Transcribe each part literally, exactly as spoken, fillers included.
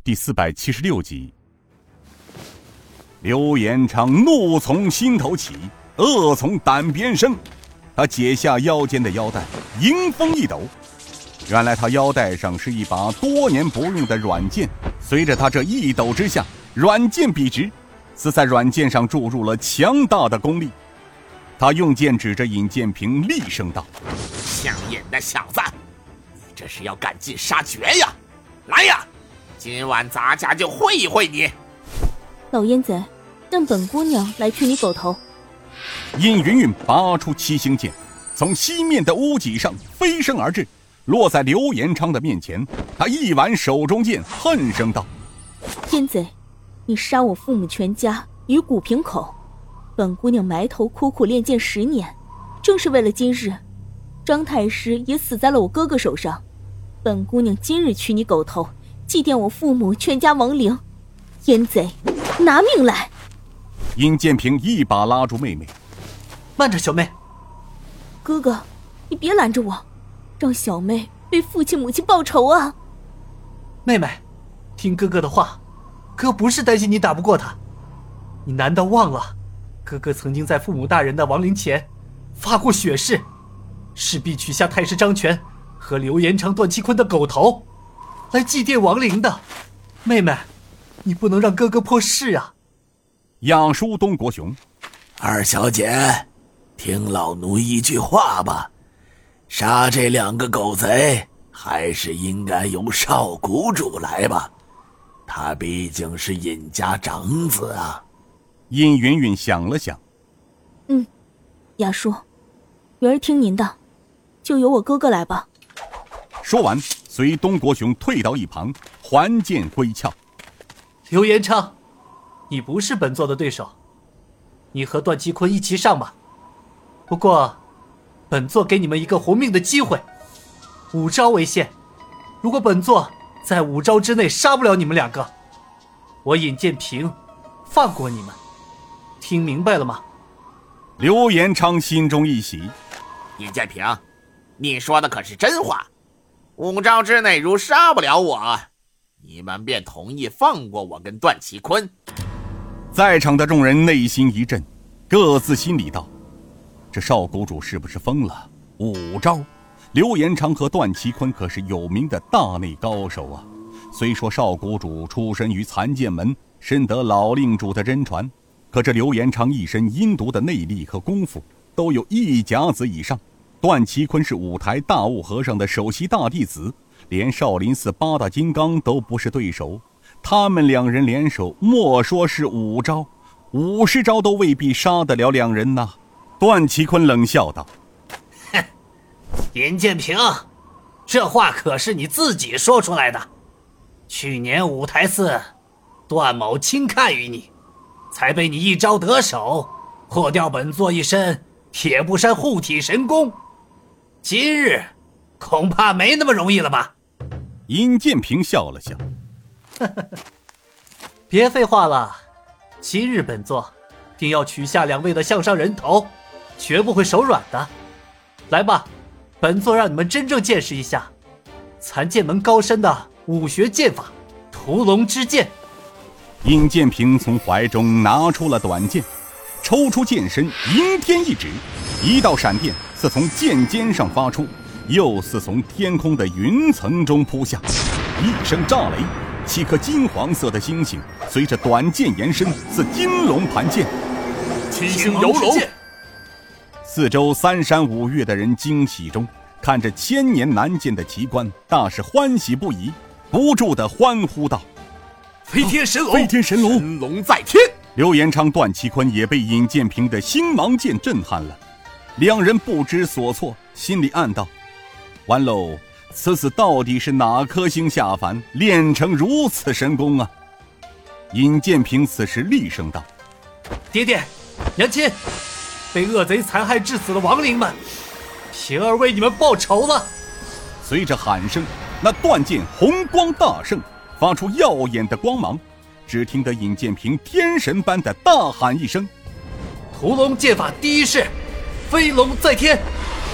第四百七十六集。刘延昌怒从心头起，恶从胆边生。他解下腰间的腰带，迎风一抖，原来他腰带上是一把多年不用的软剑，随着他这一抖之下，软剑笔直，似在软剑上注入了强大的功力。他用剑指着尹建平，厉声道： 乡野的小子，你这是要赶尽杀绝呀！来呀，今晚咱家就会一会你。 老烟贼，让本姑娘来取你狗头。 尹云云拔出七星剑，从西面的屋脊上飞身而至，落在刘延昌的面前。他一挽手中剑，恨声道： 烟贼，你杀我父母全家于古平口，本姑娘埋头苦苦练剑十年，正是为了今日。张太师也死在了我哥哥手上，本姑娘今日取你狗头，祭奠我父母全家亡灵。烟贼，拿命来！ 尹建平一把拉住妹妹： 慢着，小妹。 哥哥，你别拦着我，让小妹为父亲母亲报仇啊！ 妹妹，听哥哥的话，哥不是担心你打不过他，你难道忘了哥哥曾经在父母大人的亡灵前发过血誓，势必取下太师张全和刘延昌、段其坤的狗头来祭奠亡灵的。妹妹，你不能让哥哥破誓啊！ 亚叔东国雄： 二小姐，听老奴一句话吧，杀这两个狗贼还是应该由少谷主来吧，他毕竟是尹家长子啊。 尹云云想了想： 嗯，亚叔，云儿听您的，就由我哥哥来吧。 说完，随东国雄退到一旁，还剑归鞘。 刘延昌，你不是本座的对手，你和段其坤一起上吧。不过本座给你们一个活命的机会，五招为限，如果本座在五招之内杀不了你们两个，我尹建平放过你们。听明白了吗？ 刘延昌心中一喜： 尹建平，你说的可是真话？五招之内如杀不了我，你们便同意放过我跟段其坤。 在场的众人内心一震，各自心里道：这少谷主是不是疯了？五招，刘延昌和段其坤可是有名的大内高手啊。虽说少谷主出身于残剑门，深得老令主的真传，可这刘延昌一身阴毒的内力和功夫都有一甲子以上。段其坤是五台大悟和尚的首席大弟子，连少林寺八大金刚都不是对手。他们两人联手，莫说是五招，五十招都未必杀得了两人呐。段其坤冷笑道： 哼，尹建平，这话可是你自己说出来的。去年五台寺段某轻看于你，才被你一招得手，破掉本座一身铁布衫护体神功，今日恐怕没那么容易了吧？ 尹建平笑了笑： 别废话了，今日本座定要取下两位的项上人头，绝不会手软的。来吧，本座让你们真正见识一下残剑门高深的武学剑法屠龙之剑。 尹建平从怀中拿出了短剑，抽出剑身，迎天一指，一道闪电似从剑尖上发出，又似从天空的云层中扑下。一声炸雷，七颗金黄色的星星随着短剑延伸，似金龙盘剑。 七星游龙！ 四周三山五岳的人惊喜中，看着千年难见的奇观，大是欢喜不已，不住地欢呼道： 飞天神龙！ 飞天神龙！ 神龙在天！ 刘延昌、段其坤也被尹建平的星芒剑震撼了，两人不知所措，心里暗道：完喽，此子到底是哪颗星下凡，练成如此神功啊？尹建平此时厉声道： 爹爹，娘亲，被恶贼残害致死的亡灵们，平儿为你们报仇了。 随着喊声，那断剑红光大盛，发出耀眼的光芒。只听得尹建平天神般的大喊一声： 屠龙剑法第一式，飞龙在天！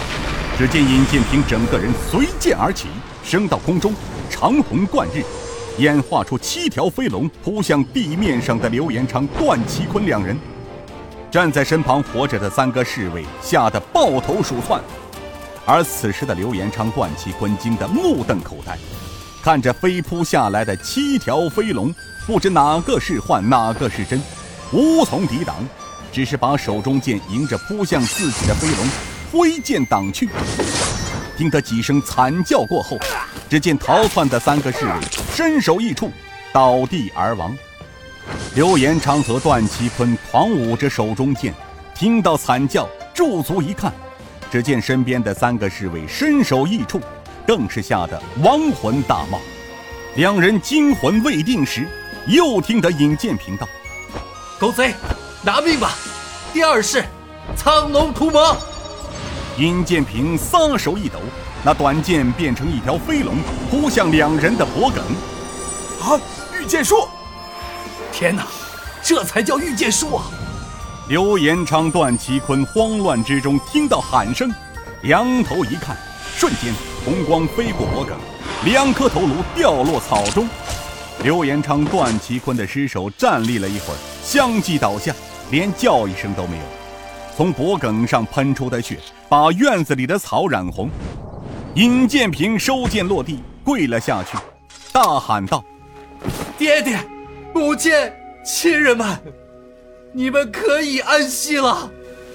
只见尹建平整个人随剑而起，升到空中，长虹贯日， 演化出七条飞龙扑向地面上的刘延昌、段祺坤两人。站在身旁活着的三个侍卫吓得抱头鼠窜，而此时的刘延昌、段祺坤惊得目瞪口呆，看着飞扑下来的七条飞龙，不知哪个是幻，哪个是真，无从抵挡，只是把手中剑迎着扑向自己的飞龙挥剑挡去。听得几声惨叫过后，只见逃窜的三个侍卫身首异处，倒地而亡。刘延昌和段祺坤狂舞着手中剑，听到惨叫驻足一看，只见身边的三个侍卫身首异处，更是吓得亡魂大冒。两人惊魂未定时，又听得尹建平道： 狗贼，拿命吧！第二式苍龙屠魔。 尹建平撒手一抖，那短剑变成一条飞龙，扑向两人的脖颈。 啊，御剑术！ 天哪，这才叫御剑术啊！ 刘延昌、段祺坤慌乱之中听到喊声，仰头一看，瞬间红光飞过脖颈，两颗头颅掉落草中。刘延昌、段祺坤的尸首站立了一会儿，相继倒下，连叫一声都没有。从脖颈上喷出的血把院子里的草染红。尹建平收剑落地，跪了下去，大喊道： 爹爹，母亲，亲人们，你们可以安息了。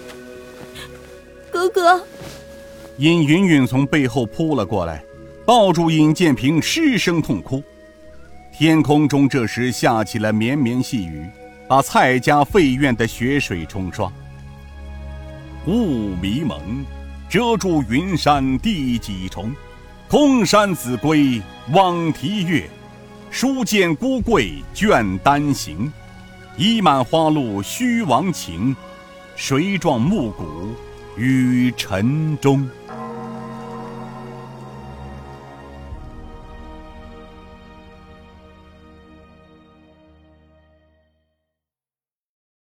哥哥。 尹云云从背后扑了过来，抱住尹建平失声痛哭。天空中这时下起了绵绵细雨，把蔡家废院的雪水冲刷。雾迷蒙，遮住云山第几重？空山子规望啼月，书见孤贵倦单行。衣满花露须忘情，谁撞暮鼓于晨钟。